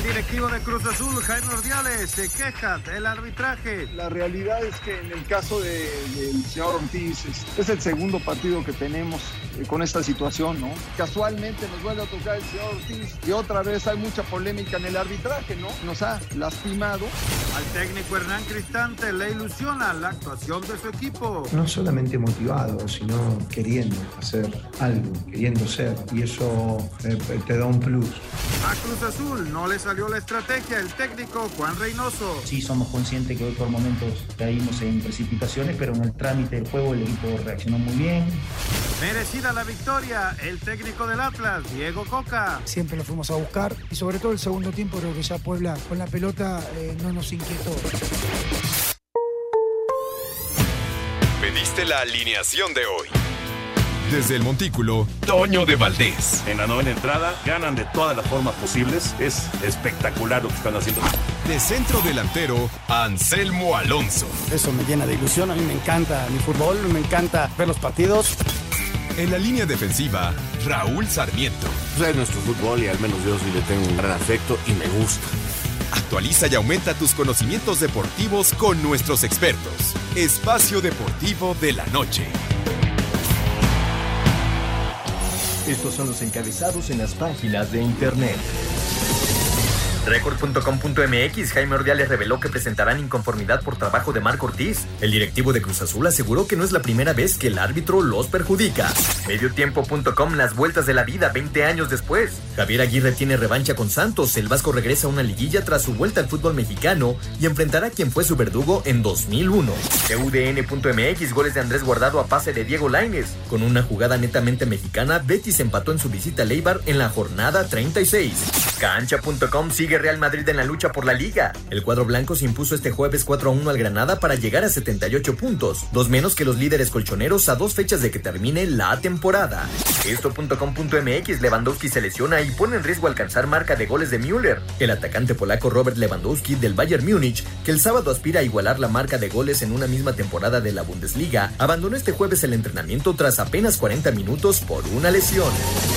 directivo de Cruz Azul, Jaime Ordiales, se queja del arbitraje. La realidad es que en el caso del señor Ortiz es el segundo partido que tenemos con esta situación, ¿no? Casualmente nos vuelve a tocar el señor Ortiz y otra vez hay mucha polémica en el arbitraje, ¿no? Nos ha lastimado. Al técnico Hernán Cristante le ilusiona la actuación de su equipo. No solamente motivado, sino queriendo hacer algo, queriendo ser, y eso te da un plus. A Cruz Azul no le salió la estrategia el técnico Juan Reynoso. Sí, somos conscientes que hoy por momentos caímos en precipitaciones, pero en el trámite del juego el equipo reaccionó muy bien. Merecida la victoria, el técnico del Atlas, Diego Coca. Siempre lo fuimos a buscar y sobre todo el segundo tiempo creo que ya Puebla con la pelota no nos inquietó. Pediste la alineación de hoy. Desde el Montículo, Toño de Valdés. En la novena entrada, ganan de todas las formas posibles. Es espectacular lo que están haciendo. De centro delantero, Anselmo Alonso. Eso me llena de ilusión. A mí me encanta mi fútbol, me encanta ver los partidos. En la línea defensiva, Raúl Sarmiento. Es nuestro fútbol y al menos yo sí le tengo un gran afecto y me gusta. Actualiza y aumenta tus conocimientos deportivos con nuestros expertos. Espacio Deportivo de la Noche. Estos son los encabezados en las páginas de internet. Record.com.mx, Jaime Ordiales reveló que presentarán inconformidad por trabajo de Marco Ortiz. El directivo de Cruz Azul aseguró que no es la primera vez que el árbitro los perjudica. Mediotiempo.com, las vueltas de la vida 20 años después. Javier Aguirre tiene revancha con Santos. El Vasco regresa a una liguilla tras su vuelta al fútbol mexicano y enfrentará a quien fue su verdugo en 2001. UDN.mx, goles de Andrés Guardado a pase de Diego Lainez. Con una jugada netamente mexicana, Betis empató en su visita a Leibar en la jornada 36. Cancha.com, sigue Real Madrid en la lucha por la Liga. El cuadro blanco se impuso este jueves 4-1 al Granada para llegar a 78 puntos, dos menos que los líderes colchoneros a 2 fechas de que termine la temporada. Esto.com.mx, Lewandowski se lesiona y pone en riesgo alcanzar marca de goles de Müller. El atacante polaco Robert Lewandowski del Bayern Múnich, que el sábado aspira a igualar la marca de goles en una misma temporada de la Bundesliga, abandonó este jueves el entrenamiento tras apenas 40 minutos por una lesión.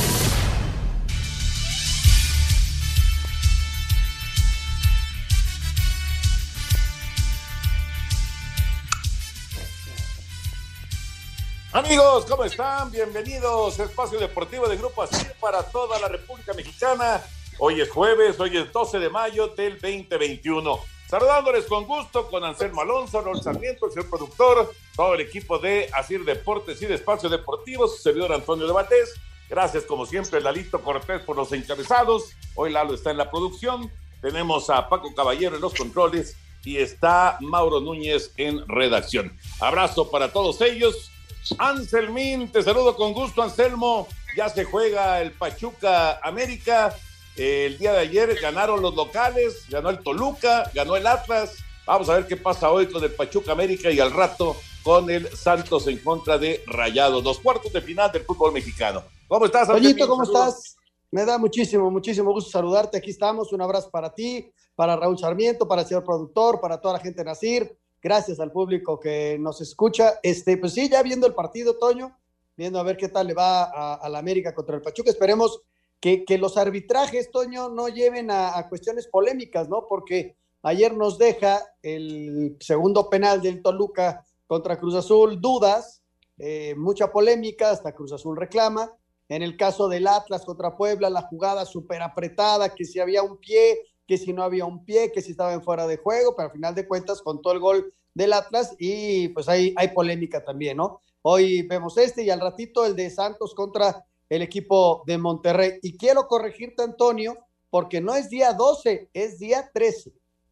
Amigos, ¿cómo están? Bienvenidos a Espacio Deportivo de Grupo ASIR para toda la República Mexicana. Hoy es jueves, hoy es 12 de mayo del 2021. Saludándoles con gusto con Anselmo Alonso, Raúl Sarmiento, el señor productor, todo el equipo de ASIR Deportes y de Espacio Deportivo, su servidor Antonio de Valdés. Gracias, como siempre, Lalito Cortés por los encabezados. Hoy Lalo está en la producción. Tenemos a Paco Caballero en los controles y está Mauro Núñez en redacción. Abrazo para todos ellos. Anselmín, te saludo con gusto, Anselmo. Ya se juega el Pachuca América. El día de ayer ganaron los locales, ganó el Toluca, ganó el Atlas. Vamos a ver qué pasa hoy con el Pachuca América y al rato con el Santos en contra de Rayados. Los cuartos de final del fútbol mexicano. ¿Cómo estás, Anselmín? Toñito, ¿cómo Saludos. estás? Me da muchísimo gusto saludarte. Aquí estamos. Un abrazo para ti, para Raúl Sarmiento, para el señor productor, para toda la gente de Nasir. Gracias al público que nos escucha. Pues sí, ya viendo el partido, Toño, viendo a ver qué tal le va a la América contra el Pachuca. Esperemos que los arbitrajes, Toño, no lleven a cuestiones polémicas, ¿no? Porque ayer nos deja el segundo penal del Toluca contra Cruz Azul dudas, mucha polémica, hasta Cruz Azul reclama. En el caso del Atlas contra Puebla, la jugada súper apretada, que si había un pie, que si no había un pie, que si estaba en fuera de juego, pero al final de cuentas contó el gol del Atlas y pues hay polémica también, ¿no? Hoy vemos y al ratito el de Santos contra el equipo de Monterrey. Y quiero corregirte, Antonio, porque no es día 12, es día 13.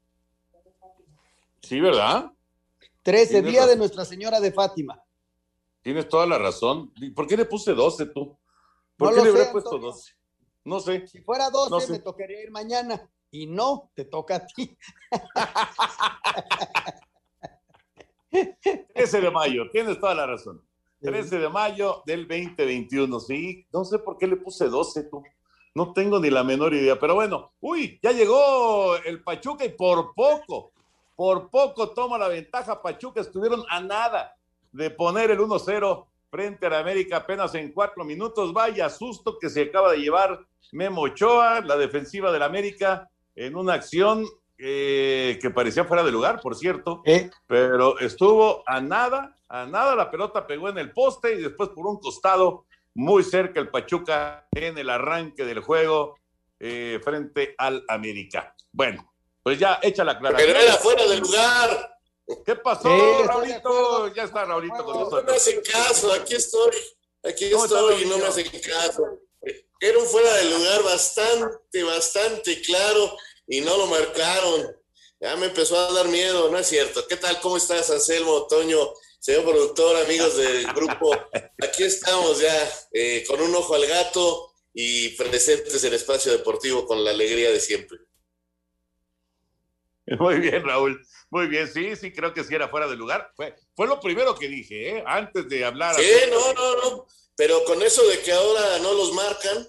Sí, ¿verdad? 13, día de Nuestra Señora de Fátima. Tienes toda la razón. ¿Por qué le puse 12 tú? ¿Por No qué lo le hubiera sé, puesto Antonio. 12? No sé. Si fuera 12, No sé. me tocaría ir mañana. Y no, te toca a ti. 13 de mayo, tienes toda la razón. 13 de mayo del 2021, sí. No sé por qué le puse 12 tú. No tengo ni la menor idea, pero bueno. Uy, ya llegó el Pachuca y por poco toma la ventaja. Pachuca estuvieron a nada de poner el 1-0 frente a la América apenas en 4 minutos. Vaya susto que se acaba de llevar Memo Ochoa, la defensiva del América. en una acción que parecía fuera de lugar, por cierto, pero estuvo a nada, la pelota pegó en el poste y después por un costado muy cerca el Pachuca en el arranque del juego frente al América. Bueno, pues ya hecha la aclaración. Pero era fuera de lugar. ¿Qué pasó, Raulito? Ya está Raulito con nosotros. No me hacen caso, aquí estoy y no me hacen caso. Era un fuera de lugar bastante claro y no lo marcaron. Ya me empezó a dar miedo, no es cierto. ¿Qué tal? ¿Cómo estás, Anselmo, Toño, señor productor, amigos del grupo? Aquí estamos ya con un ojo al gato y presentes en Espacio Deportivo con la alegría de siempre. Muy bien, Raúl. Muy bien, sí, creo que sí era fuera de lugar. Fue lo primero que dije, antes de hablar. Sí, no. Pero con eso de que ahora no los marcan.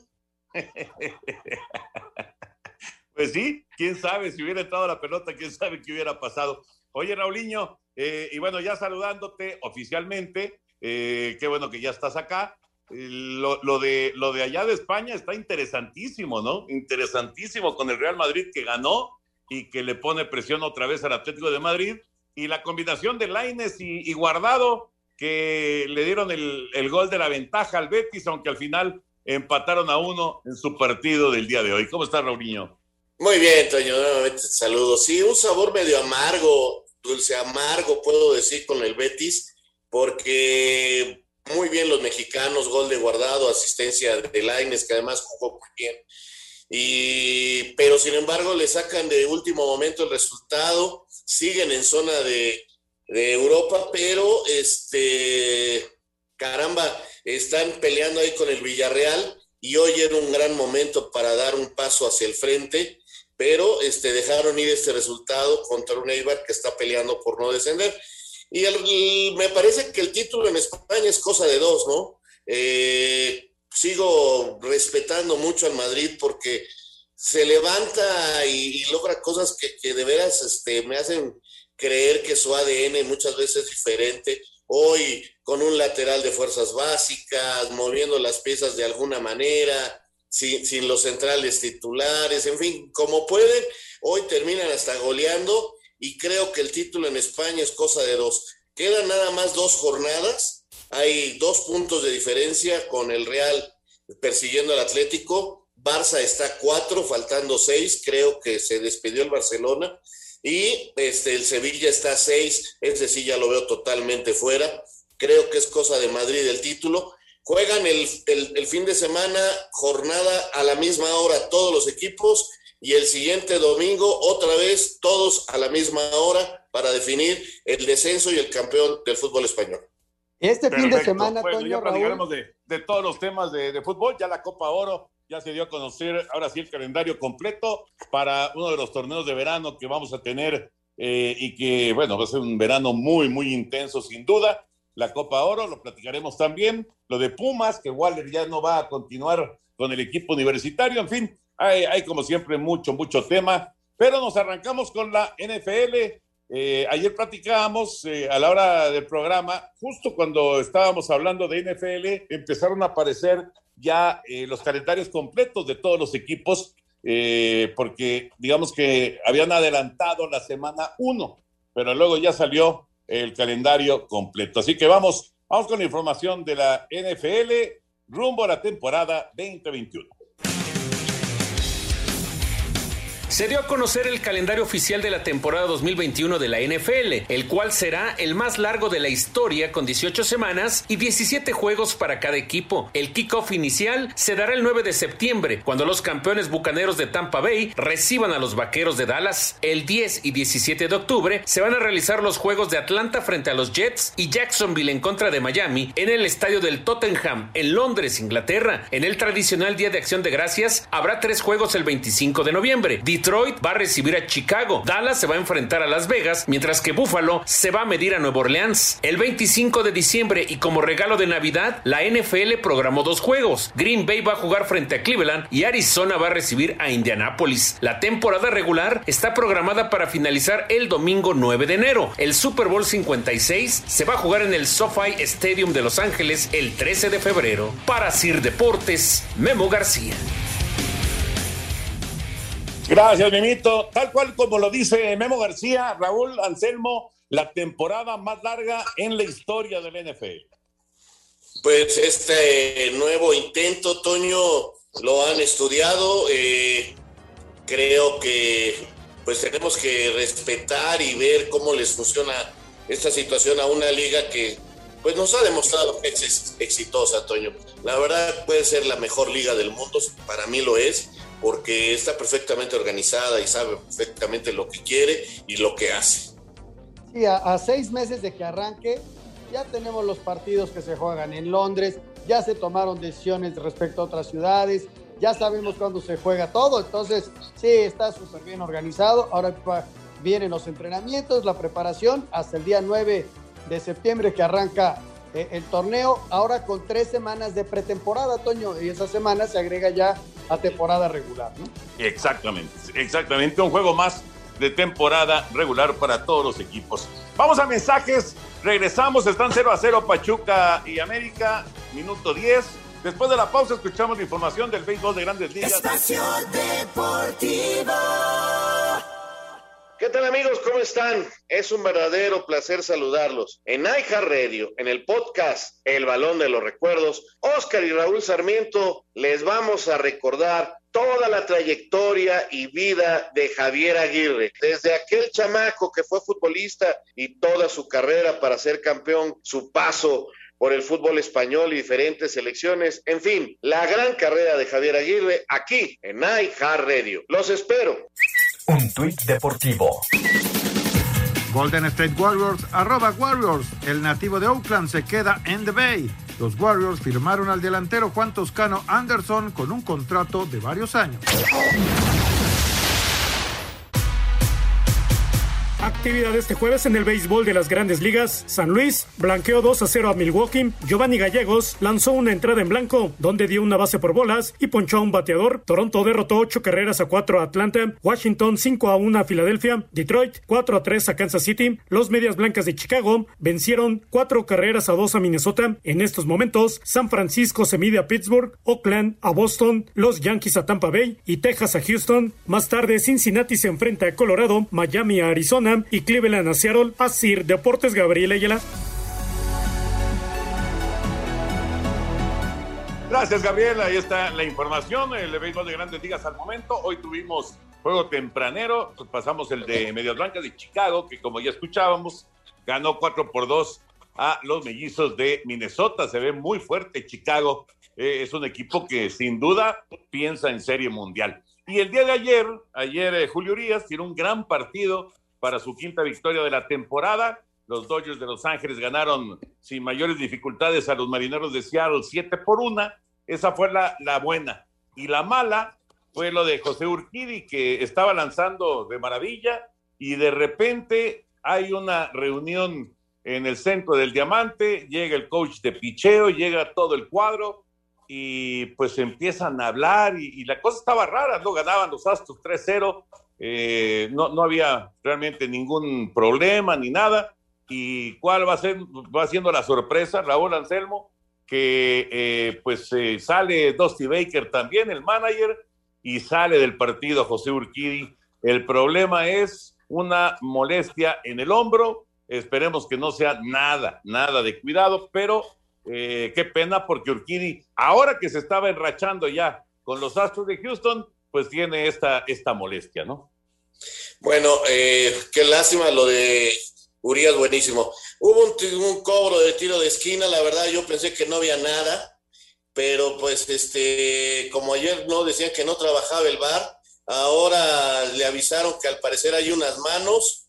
Pues sí, quién sabe si hubiera entrado la pelota, quién sabe qué hubiera pasado. Oye, Raulinho, y bueno, ya saludándote oficialmente, qué bueno que ya estás acá. Lo de allá de España está interesantísimo, ¿no? Interesantísimo con el Real Madrid que ganó y que le pone presión otra vez al Atlético de Madrid, y la combinación de Lainez y Guardado, que le dieron el gol de la ventaja al Betis, aunque al final empataron a 1 en su partido del día de hoy. ¿Cómo estás, Raulinho? Muy bien, Toño, nuevamente te saludo. Sí, un sabor medio amargo, dulce amargo, puedo decir, con el Betis, porque muy bien los mexicanos, gol de Guardado, asistencia de Lainez, que además jugó muy bien. Pero sin embargo le sacan de último momento el resultado, siguen en zona de Europa, pero caramba, están peleando ahí con el Villarreal y hoy era un gran momento para dar un paso hacia el frente, pero dejaron ir este resultado contra un Eibar que está peleando por no descender. Y me parece que el título en España es cosa de dos, ¿no? Sigo respetando mucho al Madrid porque se levanta y logra cosas que de veras me hacen creer que su ADN muchas veces es diferente. Hoy con un lateral de fuerzas básicas, moviendo las piezas de alguna manera, sin los centrales titulares, en fin, como pueden, hoy terminan hasta goleando y creo que el título en España es cosa de dos. Quedan nada más 2 jornadas. Hay 2 puntos de diferencia con el Real persiguiendo al Atlético. Barça está a 4, faltando 6. Creo que se despidió el Barcelona. Y el Sevilla está a 6. Ese sí ya lo veo totalmente fuera. Creo que es cosa de Madrid el título. Juegan el fin de semana, jornada a la misma hora todos los equipos. Y el siguiente domingo, otra vez, todos a la misma hora para definir el descenso y el campeón del fútbol español. Perfecto. Fin de semana, bueno, Toño, ya platicaremos Raúl, de todos los temas de fútbol. Ya la Copa Oro ya se dio a conocer, ahora sí, el calendario completo para uno de los torneos de verano que vamos a tener y que, bueno, va a ser un verano muy, muy intenso, sin duda. La Copa Oro, lo platicaremos también. Lo de Pumas, que Waller ya no va a continuar con el equipo universitario. En fin, hay como siempre mucho tema. Pero nos arrancamos con la NFL. Ayer platicábamos a la hora del programa, justo cuando estábamos hablando de NFL, empezaron a aparecer ya los calendarios completos de todos los equipos, porque digamos que habían adelantado la semana 1, pero luego ya salió el calendario completo. Así que vamos con la información de la NFL rumbo a la temporada 2021. Se dio a conocer el calendario oficial de la temporada 2021 de la NFL, el cual será el más largo de la historia con 18 semanas y 17 juegos para cada equipo. El kickoff inicial se dará el 9 de septiembre, cuando los campeones bucaneros de Tampa Bay reciban a los Vaqueros de Dallas. El 10 y 17 de octubre se van a realizar los juegos de Atlanta frente a los Jets y Jacksonville en contra de Miami en el estadio del Tottenham en Londres, Inglaterra. En el tradicional Día de Acción de Gracias habrá 3 juegos el 25 de noviembre. Detroit va a recibir a Chicago, Dallas se va a enfrentar a Las Vegas, mientras que Buffalo se va a medir a Nueva Orleans. El 25 de diciembre y como regalo de Navidad, la NFL programó 2 juegos. Green Bay va a jugar frente a Cleveland y Arizona va a recibir a Indianápolis. La temporada regular está programada para finalizar el domingo 9 de enero. El Super Bowl 56 se va a jugar en el SoFi Stadium de Los Ángeles el 13 de febrero. Para Sir Deportes, Memo García. Gracias, Mimito. Tal cual como lo dice Memo García, Raúl Anselmo, la temporada más larga en la historia del NFL. Pues este nuevo intento, Toño, lo han estudiado. Creo que pues tenemos que respetar y ver cómo les funciona esta situación a una liga que pues nos ha demostrado que es exitosa, Toño. La verdad puede ser la mejor liga del mundo, para mí lo es, porque está perfectamente organizada y sabe perfectamente lo que quiere y lo que hace. Sí, a 6 meses de que arranque, ya tenemos los partidos que se juegan en Londres, ya se tomaron decisiones respecto a otras ciudades, ya sabemos cuándo se juega todo, entonces sí, está súper bien organizado. Ahora vienen los entrenamientos, la preparación, hasta el día 9 de septiembre que arranca el torneo, ahora con 3 semanas de pretemporada, Toño, y esa semana se agrega ya a temporada regular, ¿no? Exactamente, un juego más de temporada regular para todos los equipos. Vamos a mensajes, regresamos, están 0-0 Pachuca y América, minuto 10. Después de la pausa escuchamos la información del béisbol de Grandes Ligas. Espacio Deportivo. ¿Qué tal, amigos? ¿Cómo están? Es un verdadero placer saludarlos. En iHeartRadio, en el podcast El Balón de los Recuerdos, Óscar y Raúl Sarmiento les vamos a recordar toda la trayectoria y vida de Javier Aguirre. Desde aquel chamaco que fue futbolista y toda su carrera para ser campeón, su paso por el fútbol español y diferentes selecciones, en fin, la gran carrera de Javier Aguirre aquí en iHeartRadio. Los espero. Un tuit deportivo. Golden State Warriors, @Warriors. El nativo de Oakland se queda en The Bay. Los Warriors firmaron al delantero Juan Toscano Anderson con un contrato de varios años. Actividad este jueves en el béisbol de las Grandes Ligas. San Luis blanqueó 2-0 a Milwaukee. Giovanni Gallegos lanzó una entrada en blanco, donde dio una base por bolas y ponchó a un bateador. Toronto derrotó 8-4 a Atlanta. Washington 5-1 a Filadelfia. Detroit 4-3 a Kansas City. Los Medias Blancas de Chicago vencieron 4-2 a Minnesota. En estos momentos, San Francisco se mide a Pittsburgh, Oakland a Boston, los Yankees a Tampa Bay y Texas a Houston. Más tarde, Cincinnati se enfrenta a Colorado, Miami a Arizona y Cleveland a Seattle. Así, Deportes, Gabriel Ayala. Gracias, Gabriel. Ahí está la información. El béisbol de Grandes Ligas al momento. Hoy tuvimos juego tempranero. Pasamos el de Medias Blancas de Chicago, que como ya escuchábamos, ganó 4-2 a los Mellizos de Minnesota. Se ve muy fuerte Chicago. Es un equipo que sin duda piensa en Serie Mundial. Y el día de ayer Julio Urias tiró un gran partido para su 5ª victoria de la temporada. Los Dodgers de Los Ángeles ganaron sin mayores dificultades a los Marineros de Seattle 7-1. Esa fue la buena. Y la mala fue lo de José Urquidy, que estaba lanzando de maravilla y de repente hay una reunión en el centro del Diamante, llega el coach de picheo, llega todo el cuadro y pues empiezan a hablar y la cosa estaba rara, ¿no? Ganaban los Astros 3-0. No había realmente ningún problema ni nada. ¿Y cuál va siendo la sorpresa, Raúl Anselmo? Que sale Dusty Baker también, el manager, y sale del partido José Urquidy. El problema es una molestia en el hombro. Esperemos que no sea nada de cuidado, pero qué pena, porque Urquidy, ahora que se estaba enrachando ya con los Astros de Houston, pues tiene esta molestia, ¿no? Bueno, qué lástima lo de Urias, buenísimo. Hubo un cobro de tiro de esquina, la verdad yo pensé que no había nada, pero pues como ayer no decían que no trabajaba el VAR, ahora le avisaron que al parecer hay unas manos,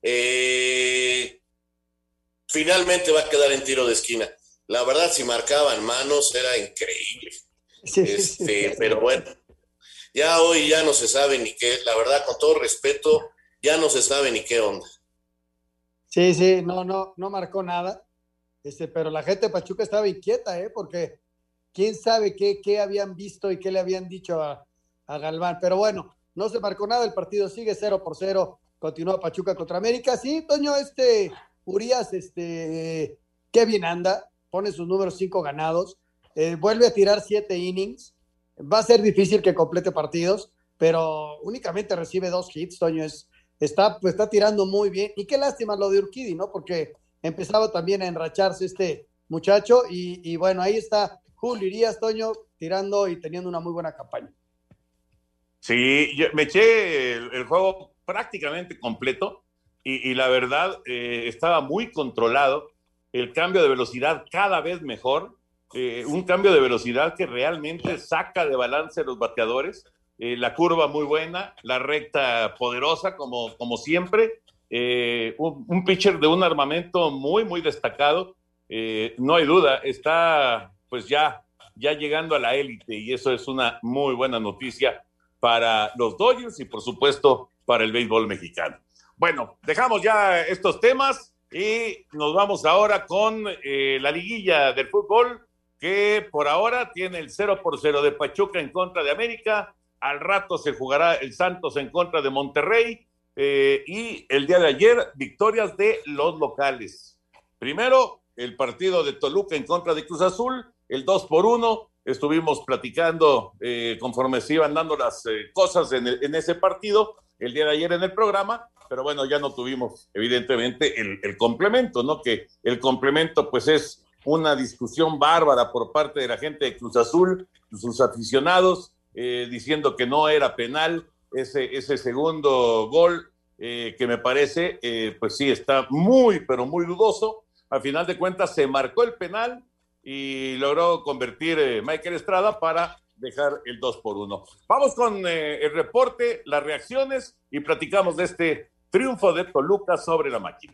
finalmente va a quedar en tiro de esquina. La verdad, si marcaban manos era increíble. Pero bueno. Ya hoy ya no se sabe ni qué, la verdad, con todo respeto, ya no se sabe ni qué onda. Sí, no marcó nada, pero la gente de Pachuca estaba inquieta, porque quién sabe qué habían visto y qué le habían dicho a Galván, pero bueno, no se marcó nada, el partido sigue 0-0, continúa Pachuca contra América. Sí, Toño, Urias, qué bien anda, pone sus números 5 ganados, vuelve a tirar 7 innings. Va a ser difícil que complete partidos, pero únicamente recibe 2 hits, Toño. Está tirando muy bien. Y qué lástima lo de Urquidy, ¿no? Porque empezaba también a enracharse este muchacho. Y bueno, ahí está Julio Urias, Toño, tirando y teniendo una muy buena campaña. Sí, yo me eché el juego prácticamente completo y la verdad estaba muy controlado. El cambio de velocidad cada vez mejor. Un cambio de velocidad que realmente saca de balance a los bateadores. La curva muy buena, la recta poderosa como siempre, un pitcher de un armamento muy, muy destacado, no hay duda, está pues ya llegando a la élite y eso es una muy buena noticia para los Dodgers y por supuesto para el béisbol mexicano. Bueno, dejamos ya estos temas y nos vamos ahora con la liguilla del fútbol que por ahora tiene el 0-0 de Pachuca en contra de América. Al rato se jugará el Santos en contra de Monterrey y el día de ayer victorias de los locales. Primero, el partido de Toluca en contra de Cruz Azul, el 2-1. Estuvimos platicando conforme se iban dando las cosas en ese partido el día de ayer en el programa, pero bueno, ya no tuvimos evidentemente el complemento, ¿no? Que el complemento pues es una discusión bárbara por parte de la gente de Cruz Azul, sus aficionados, diciendo que no era penal ese segundo gol, que me parece, pues sí, está muy, pero muy dudoso. Al final de cuentas se marcó el penal y logró convertir Michael Estrada para dejar el 2-1. Vamos con el reporte, las reacciones y platicamos de este triunfo de Toluca sobre la Máquina.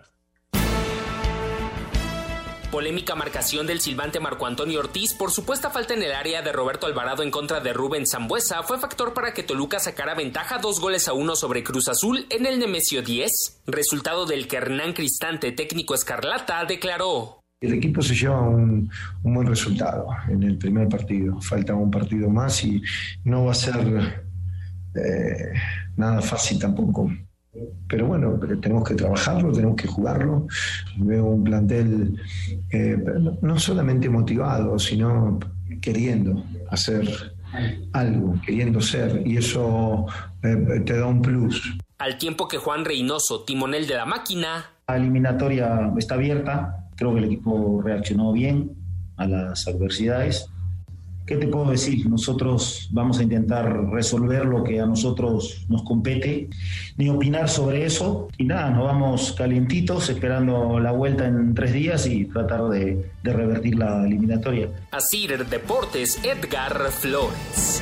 Polémica marcación del silbante Marco Antonio Ortiz por supuesta falta en el área de Roberto Alvarado en contra de Rubén Sambueza fue factor para que Toluca sacara ventaja 2-1 sobre Cruz Azul en el Nemesio 10, resultado del que Hernán Cristante, técnico escarlata, declaró: el equipo se lleva un buen resultado en el primer partido, falta un partido más y no va a ser nada fácil tampoco. Pero bueno, tenemos que trabajarlo, tenemos que jugarlo. Veo un plantel no solamente motivado, sino queriendo hacer algo, queriendo ser, y eso te da un plus. Al tiempo que Juan Reynoso, timonel de la Máquina. La eliminatoria está abierta, creo que el equipo reaccionó bien a las adversidades. ¿Qué te puedo decir? Nosotros vamos a intentar resolver lo que a nosotros nos compete, ni opinar sobre eso. Y nada, nos vamos calientitos, esperando la vuelta en 3 días y tratar de revertir la eliminatoria. Asir Deportes, Edgar Flores.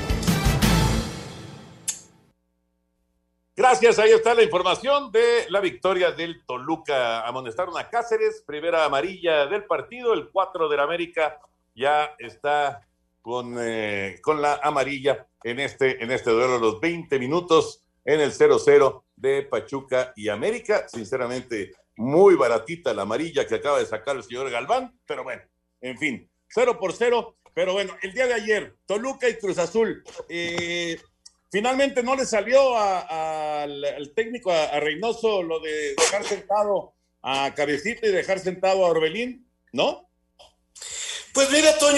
Gracias, ahí está la información de la victoria del Toluca. Amonestaron a Cáceres, primera amarilla del partido, el 4 del América ya está con la amarilla en este duelo, los 20 minutos en el 0-0 de Pachuca y América. Sinceramente, muy baratita la amarilla que acaba de sacar el señor Galván, pero bueno, en fin, 0-0. Pero bueno, el día de ayer, Toluca y Cruz Azul, finalmente no le salió al técnico, a Reynoso, lo de dejar sentado a Cabecita y dejar sentado a Orbelín, ¿no? Pues mira, Toño,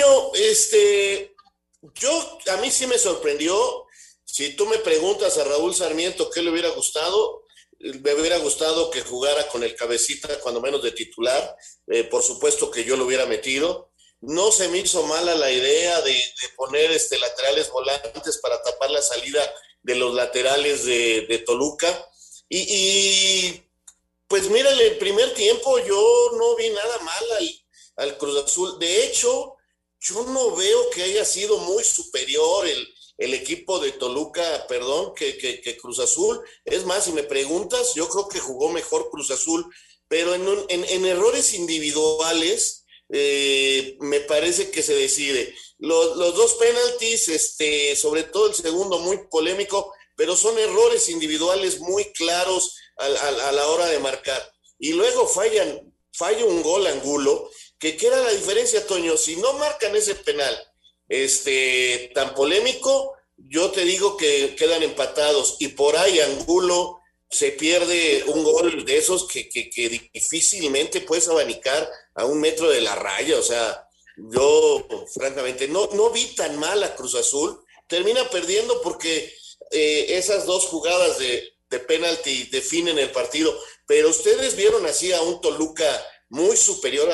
a mí sí me sorprendió. Si tú me preguntas a Raúl Sarmiento qué le hubiera gustado, me hubiera gustado que jugara con el Cabecita, cuando menos de titular. Por supuesto que yo lo hubiera metido. No se me hizo mala la idea de poner laterales volantes para tapar la salida de los laterales de Toluca. Y pues mira, en el primer tiempo yo no vi nada mal al Cruz Azul. De hecho, yo no veo que haya sido muy superior el equipo de Toluca, que Cruz Azul. Es más, si me preguntas, yo creo que jugó mejor Cruz Azul, pero en errores individuales me parece que se decide. Los 2 penaltis, sobre todo el segundo muy polémico, pero son errores individuales muy claros a la hora de marcar. Y luego falla un gol Angulo, que era la diferencia, Toño. Si no marcan ese penal tan polémico, yo te digo que quedan empatados, y por ahí Angulo se pierde un gol de esos que difícilmente puedes abanicar a 1 metro de la raya. O sea, yo francamente no vi tan mal a Cruz Azul. Termina perdiendo porque esas 2 jugadas de penalti definen el partido, pero ustedes vieron así a un Toluca muy superior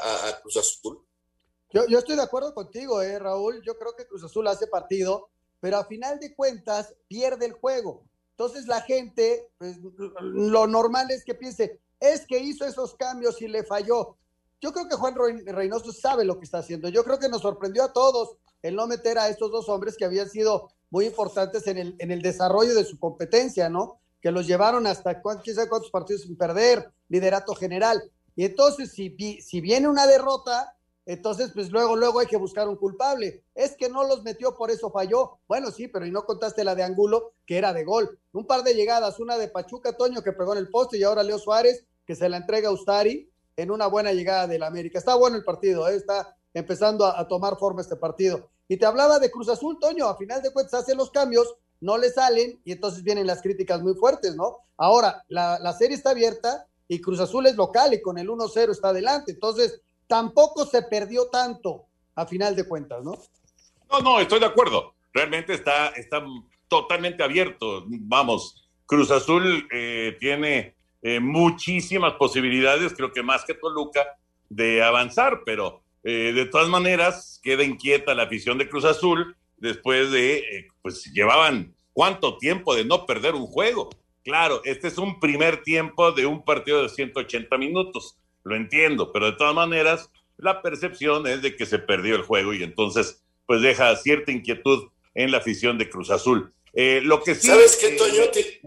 a Cruz Azul. Yo estoy de acuerdo contigo, Raúl. Yo creo que Cruz Azul hace partido, pero a final de cuentas pierde el juego. Entonces la gente, pues, lo normal es que piense, es que hizo esos cambios y le falló. Yo creo que Juan Reynoso sabe lo que está haciendo. Yo creo que nos sorprendió a todos el no meter a estos 2 hombres que habían sido muy importantes en el desarrollo de su competencia, ¿no? Que los llevaron hasta quién sabe cuántos partidos sin perder, liderato general. Y entonces, si viene una derrota, entonces pues luego hay que buscar un culpable. Es que no los metió, por eso falló. Bueno, sí, pero y no contaste la de Angulo, que era de gol. Un par de llegadas, una de Pachuca, Toño, que pegó en el poste, y ahora Leo Suárez, que se la entrega a Ustari en una buena llegada del América. Está bueno el partido, está empezando a tomar forma este partido. Y te hablaba de Cruz Azul, Toño, a final de cuentas hacen los cambios, no le salen, y entonces vienen las críticas muy fuertes, ¿no? Ahora, la serie está abierta, y Cruz Azul es local, y con el 1-0 está adelante, entonces tampoco se perdió tanto, a final de cuentas, ¿no? No, estoy de acuerdo, realmente está totalmente abierto, vamos, Cruz Azul tiene muchísimas posibilidades, creo que más que Toluca, de avanzar, pero de todas maneras queda inquieta la afición de Cruz Azul después de, pues llevaban cuánto tiempo de no perder un juego. Claro, este es un primer tiempo de un partido de 180 minutos, lo entiendo, pero de todas maneras la percepción es de que se perdió el juego y entonces pues deja cierta inquietud en la afición de Cruz Azul. Lo que sí, ¿sabes qué, Toño?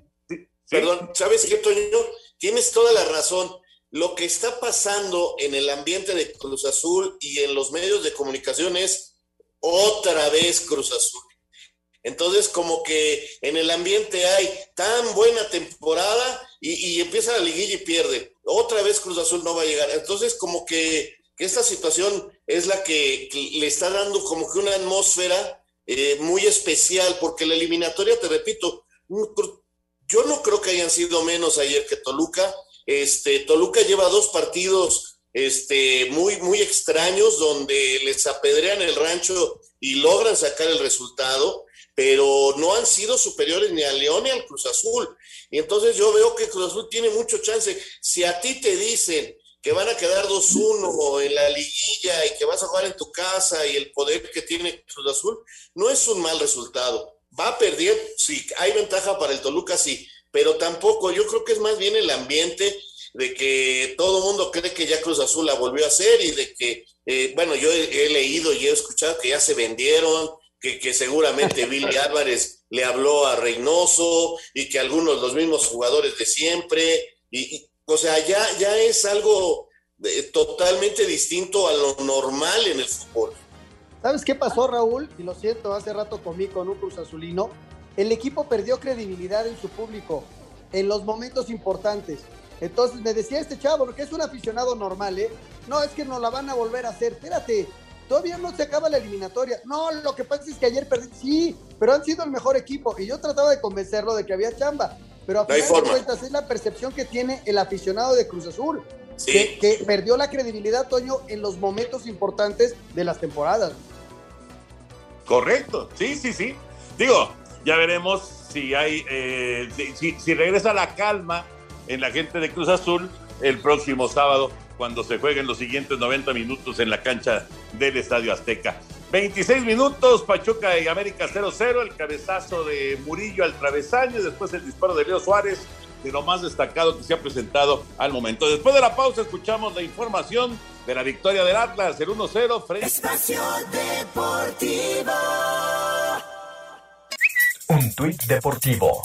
Perdón, ¿sabes qué, Toño? Tienes toda la razón. Lo que está pasando en el ambiente de Cruz Azul y en los medios de comunicación es otra vez Cruz Azul. Entonces, como que en el ambiente hay tan buena temporada y empieza la liguilla y pierde. Otra vez Cruz Azul no va a llegar. Entonces, como que esta situación es la que le está dando como que una atmósfera muy especial, porque la eliminatoria, te repito, yo no creo que hayan sido menos ayer que Toluca. Toluca lleva 2 partidos muy extraños donde les apedrean el rancho y logran sacar el resultado, pero no han sido superiores ni al León ni al Cruz Azul. Y entonces yo veo que Cruz Azul tiene mucho chance. Si a ti te dicen que van a quedar 2-1 en la liguilla y que vas a jugar en tu casa y el poder que tiene Cruz Azul, no es un mal resultado. Va a perder, sí, hay ventaja para el Toluca, sí, pero tampoco, yo creo que es más bien el ambiente de que todo el mundo cree que ya Cruz Azul la volvió a hacer y de que, yo he leído y he escuchado que ya se vendieron, que seguramente Billy Álvarez le habló a Reynoso y que algunos, los mismos jugadores de siempre, o sea, ya es algo totalmente distinto a lo normal en el fútbol. ¿Sabes qué pasó, Raúl? Y lo siento, hace rato comí con un Cruz Azulino. El equipo perdió credibilidad en su público en los momentos importantes. Entonces me decía este chavo, porque es un aficionado normal, no, es que nos la van a volver a hacer. Espérate, todavía no se acaba la eliminatoria. No, lo que pasa es que ayer perdí. Sí, pero han sido el mejor equipo. Y yo trataba de convencerlo de que había chamba. Pero a final de cuentas es la percepción que tiene el aficionado de Cruz Azul. Sí. Que perdió la credibilidad, Toño, en los momentos importantes de las temporadas. Correcto, sí. Digo, ya veremos si hay, si regresa la calma en la gente de Cruz Azul el próximo sábado, cuando se jueguen los siguientes 90 minutos en la cancha del Estadio Azteca. 26 minutos, Pachuca y América 0-0, el cabezazo de Murillo al travesaño, y después el disparo de Leo Suárez, de lo más destacado que se ha presentado al momento. Después de la pausa escuchamos la información de la victoria del Atlas, el 1-0 frente... Espacio Deportivo. Un tuit deportivo.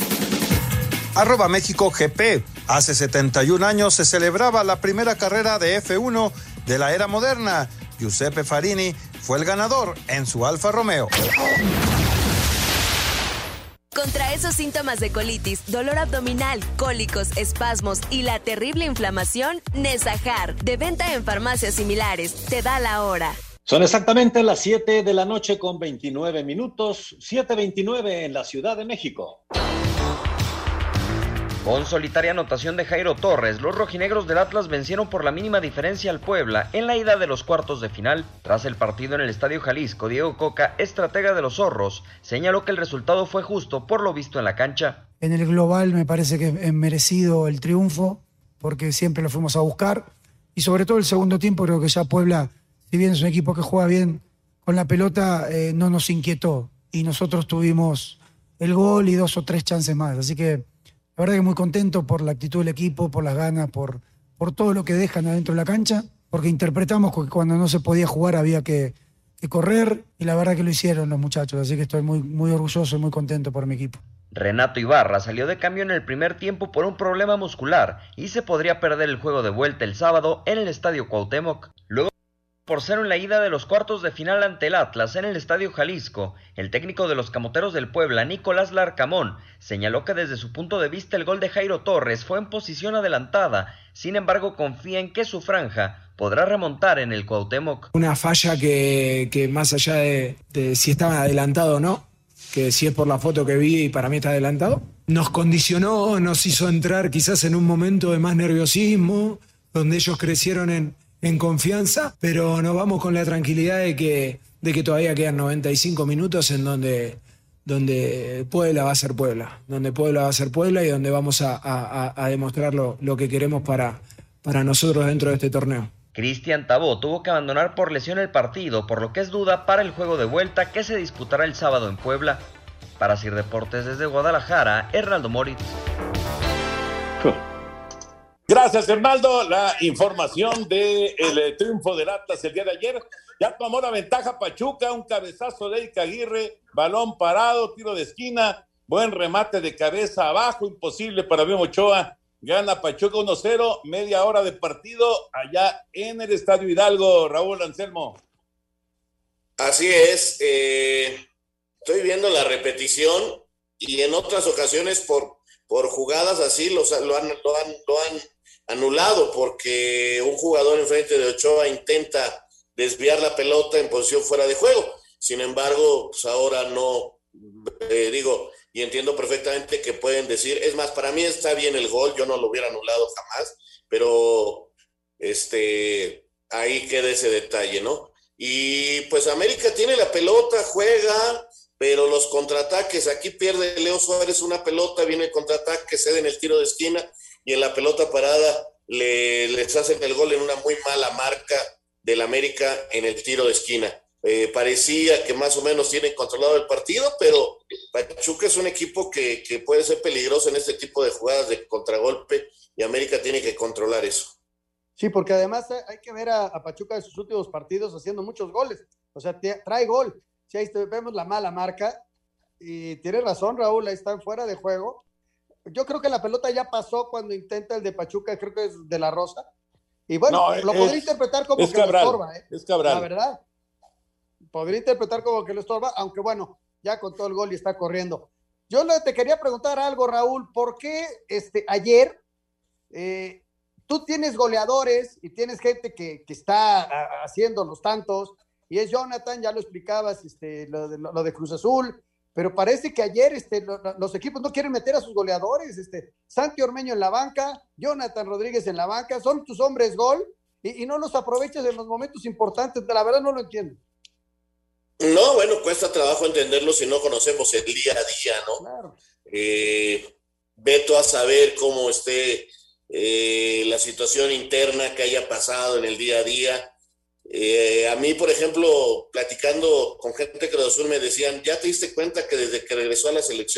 @MéxicoGP. Hace 71 años se celebraba la primera carrera de F1 de la era moderna. Giuseppe Farini fue el ganador en su Alfa Romeo. Contra esos síntomas de colitis, dolor abdominal, cólicos, espasmos y la terrible inflamación, Nesajar, de venta en farmacias similares, te da la hora. Son exactamente las 7 de la noche con 29 minutos, 7:29 en la Ciudad de México. Con solitaria anotación de Jairo Torres, los rojinegros del Atlas vencieron por la mínima diferencia al Puebla en la ida de los cuartos de final. Tras el partido en el Estadio Jalisco, Diego Coca, estratega de los zorros, señaló que el resultado fue justo por lo visto en la cancha. En el global me parece que es merecido el triunfo, porque siempre lo fuimos a buscar, y sobre todo el segundo tiempo creo que ya Puebla, si bien es un equipo que juega bien con la pelota, no nos inquietó, y nosotros tuvimos el gol y 2 o 3 chances más, así que la verdad que muy contento por la actitud del equipo, por las ganas, por todo lo que dejan adentro de la cancha, porque interpretamos que cuando no se podía jugar había que correr, y la verdad que lo hicieron los muchachos, así que estoy muy, muy orgulloso y muy contento por mi equipo. Renato Ibarra salió de cambio en el primer tiempo por un problema muscular y se podría perder el juego de vuelta el sábado en el Estadio Cuauhtémoc. Luego, por 0 en la ida de los cuartos de final ante el Atlas en el Estadio Jalisco, el técnico de los Camoteros del Puebla, Nicolás Larcamón, señaló que desde su punto de vista el gol de Jairo Torres fue en posición adelantada, sin embargo confía en que su franja podrá remontar en el Cuauhtémoc. Una falla que más allá de si estaba adelantado o no, que si es por la foto que vi y para mí está adelantado, nos condicionó, nos hizo entrar quizás en un momento de más nerviosismo, donde ellos crecieron en confianza, pero nos vamos con la tranquilidad de que todavía quedan 95 minutos en donde Puebla va a ser Puebla, y donde vamos a demostrar lo que queremos para nosotros dentro de este torneo. Cristian Tabó tuvo que abandonar por lesión el partido, por lo que es duda para el juego de vuelta que se disputará el sábado en Puebla. Para Sir Deportes desde Guadalajara, Hernaldo Moritz. Gracias, Hernaldo. La información del triunfo del Atlas el día de ayer. Ya tomó la ventaja Pachuca, un cabezazo de Eric Aguirre, balón parado, tiro de esquina, buen remate de cabeza abajo, imposible para Memo Ochoa. Gana Pachuca 1-0, media hora de partido allá en el Estadio Hidalgo. Raúl Anselmo. Así es, estoy viendo la repetición y en otras ocasiones por jugadas así lo han anulado porque un jugador enfrente de Ochoa intenta desviar la pelota en posición fuera de juego. Sin embargo, pues ahora no, y entiendo perfectamente que pueden decir, es más, para mí está bien el gol, yo no lo hubiera anulado jamás, pero ahí queda ese detalle, ¿no? Y pues América tiene la pelota, juega, pero los contraataques, aquí pierde Leo Suárez una pelota, viene el contraataque, cede en el tiro de esquina, y en la pelota parada les hacen el gol en una muy mala marca del América en el tiro de esquina. Parecía que más o menos tienen controlado el partido, pero Pachuca es un equipo que puede ser peligroso en este tipo de jugadas de contragolpe y América tiene que controlar eso. Sí, porque además hay que ver a Pachuca en sus últimos partidos haciendo muchos goles, o sea, trae gol. Si ahí vemos la mala marca y tienes razón, Raúl, ahí están fuera de juego. Yo creo que la pelota ya pasó cuando intenta el de Pachuca, creo que es de la Rosa, y bueno, lo podría interpretar como que Cabral, lo estorba, es Cabral. La verdad, podría interpretar como que lo estorba, aunque bueno, ya con todo el gol y está corriendo. Yo te quería preguntar algo, Raúl, ¿por qué ayer tú tienes goleadores y tienes gente que está haciendo los tantos, y es Jonathan, ya lo explicabas, lo de Cruz Azul, pero parece que ayer los equipos no quieren meter a sus goleadores, Santi Ormeño en la banca, Jonathan Rodríguez en la banca, son tus hombres gol, y no los aprovechas en los momentos importantes, la verdad no lo entiendo. No, bueno, cuesta trabajo entenderlo si no conocemos el día a día, ¿no? Claro. Veto a saber cómo esté la situación interna que haya pasado en el día a día. A mí, por ejemplo, platicando con gente de Cruz Azul me decían, ¿ya te diste cuenta que desde que regresó de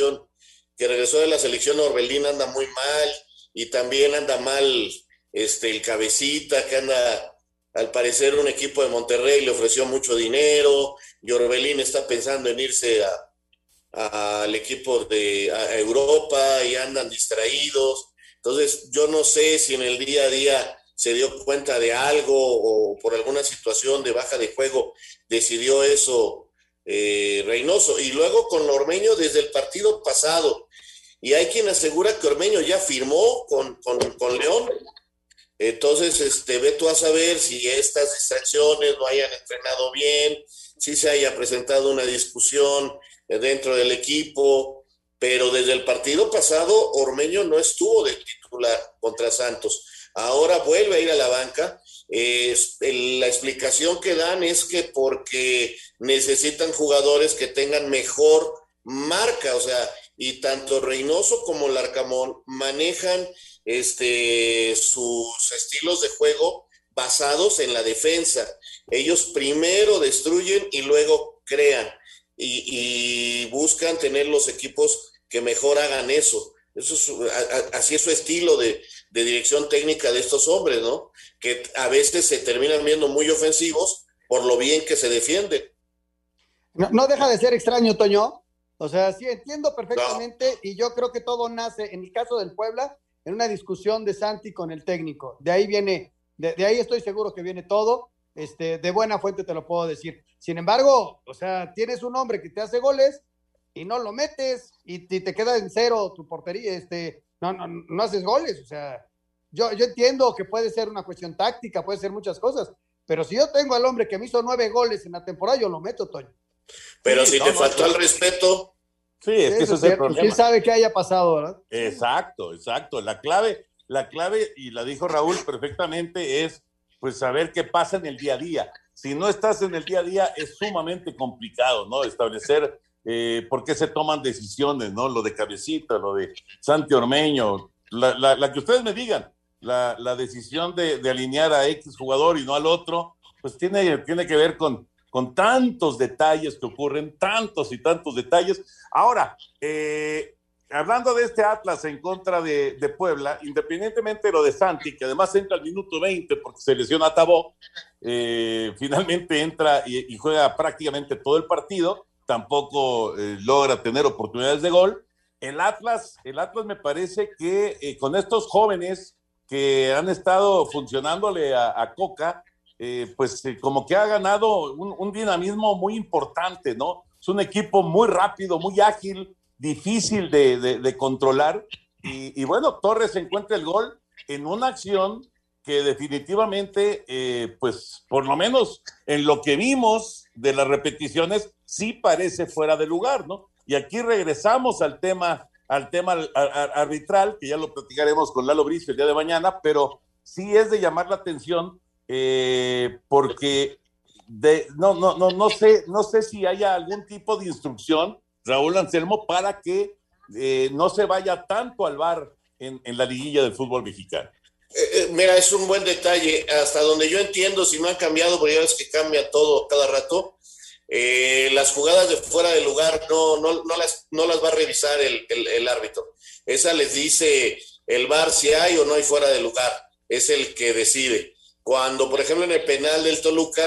la selección Orbelín anda muy mal y también anda mal el Cabecita, que anda, al parecer un equipo de Monterrey le ofreció mucho dinero y Orbelín está pensando en irse al equipo a Europa y andan distraídos? Entonces yo no sé si en el día a día se dio cuenta de algo o por alguna situación de baja de juego decidió eso Reynoso. Y luego con Ormeño desde el partido pasado, y hay quien asegura que Ormeño ya firmó con León. Entonces ve tú a saber si estas distracciones no hayan entrenado bien, si se haya presentado una discusión dentro del equipo, pero desde el partido pasado Ormeño no estuvo de titular contra Santos. Ahora vuelve a ir a la banca. La explicación que dan es que porque necesitan jugadores que tengan mejor marca, o sea, y tanto Reynoso como Larcamón manejan sus estilos de juego basados en la defensa. Ellos primero destruyen y luego crean, y buscan tener los equipos que mejor hagan eso. Así es su estilo de dirección técnica de estos hombres, ¿no? Que a veces se terminan viendo muy ofensivos por lo bien que se defiende. No deja de ser extraño, Toño. O sea, sí, entiendo perfectamente, y yo creo que todo nace, en el caso del Puebla, en una discusión de Santi con el técnico. De ahí viene, de ahí estoy seguro que viene todo, de buena fuente te lo puedo decir. Sin embargo, o sea, tienes un hombre que te hace goles y no lo metes y te queda en cero tu portería, no haces goles. O sea, yo entiendo que puede ser una cuestión táctica, puede ser muchas cosas, pero si yo tengo al hombre que me hizo 9 goles en la temporada, yo lo meto, Toño. Pero si te faltó el respeto. Sí, es que eso es el problema. ¿Quién sabe qué haya pasado, verdad? Exacto. La clave, y la dijo Raúl perfectamente, es pues saber qué pasa en el día a día. Si no estás en el día a día, es sumamente complicado, ¿no? Establecer por qué se toman decisiones, ¿no? Lo de Cabecita, lo de Santi Ormeño, la que ustedes me digan, la decisión de alinear a X jugador y no al otro, pues tiene que ver con tantos detalles que ocurren, tantos y tantos detalles. Ahora, hablando de este Atlas en contra de Puebla, independientemente de lo de Santi, que además entra al minuto 20 porque se lesiona a Tabó, finalmente entra y juega prácticamente todo el partido, tampoco logra tener oportunidades de gol. El Atlas me parece que con estos jóvenes que han estado funcionándole a Coca, pues como que ha ganado un dinamismo muy importante, ¿no? Es un equipo muy rápido, muy ágil, difícil de controlar, y bueno, Torres encuentra el gol en una acción que definitivamente, pues por lo menos en lo que vimos de las repeticiones, sí parece fuera de lugar, ¿no? Y aquí regresamos al tema arbitral, que ya lo platicaremos con Lalo Bricio el día de mañana, pero sí es de llamar la atención, porque no sé si haya algún tipo de instrucción, Raúl Anselmo, para que no se vaya tanto al VAR en la liguilla del fútbol mexicano. Mira, es un buen detalle. Hasta donde yo entiendo, si no han cambiado, porque ya ves que cambia todo cada rato, las jugadas de fuera de lugar no las va a revisar el árbitro. Esa les dice el VAR si hay o no hay fuera de lugar. Es el que decide. Cuando, por ejemplo, en el penal del Toluca,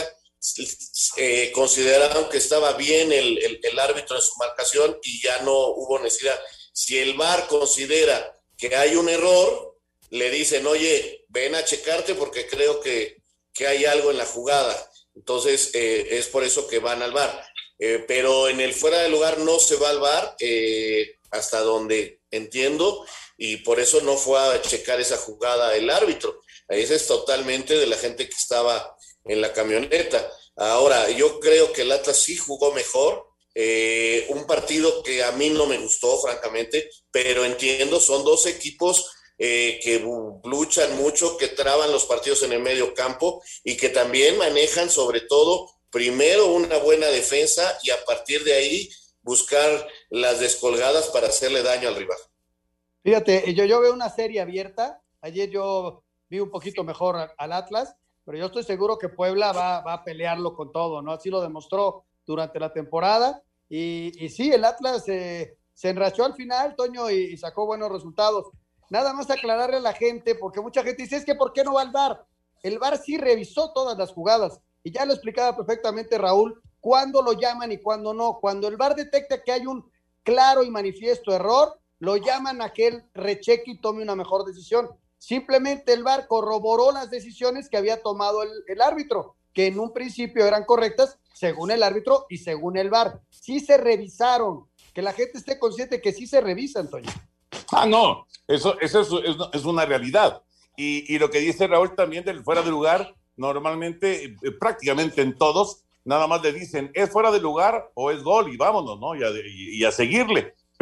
consideraron que estaba bien el árbitro en su marcación y ya no hubo necesidad. Si el VAR considera que hay un error, le dicen, oye, ven a checarte porque creo que hay algo en la jugada. Entonces, es por eso que van al VAR. Pero en el fuera de lugar no se va al VAR, hasta donde entiendo, y por eso no fue a checar esa jugada el árbitro. Ese es totalmente de la gente que estaba en la camioneta. Ahora, yo creo que el Atlas sí jugó mejor, un partido que a mí no me gustó, francamente, pero entiendo, son dos equipos que luchan mucho, que traban los partidos en el medio campo y que también manejan sobre todo, primero una buena defensa y a partir de ahí buscar las descolgadas para hacerle daño al rival. Fíjate, yo veo una serie abierta. Ayer yo vi un poquito mejor al Atlas, pero yo estoy seguro que Puebla va a pelearlo con todo, ¿no? Así lo demostró durante la temporada. Y sí, el Atlas se enrachó al final, Toño, y sacó buenos resultados. Nada más aclararle a la gente, porque mucha gente dice, es que ¿por qué no va al VAR? El VAR sí revisó todas las jugadas, y ya lo explicaba perfectamente Raúl, cuándo lo llaman y cuándo no. Cuando el VAR detecta que hay un claro y manifiesto error, lo llaman a que él recheque y tome una mejor decisión. Simplemente el VAR corroboró las decisiones que había tomado el árbitro, que en un principio eran correctas, según el árbitro y según el VAR. Sí se revisaron, que la gente esté consciente que sí se revisan, Toño. No, eso es una realidad. Y lo que dice Raúl también del fuera de lugar, normalmente, prácticamente en todos, nada más le dicen, ¿es fuera de lugar o es gol? Y vámonos, ¿no? Y a seguirle.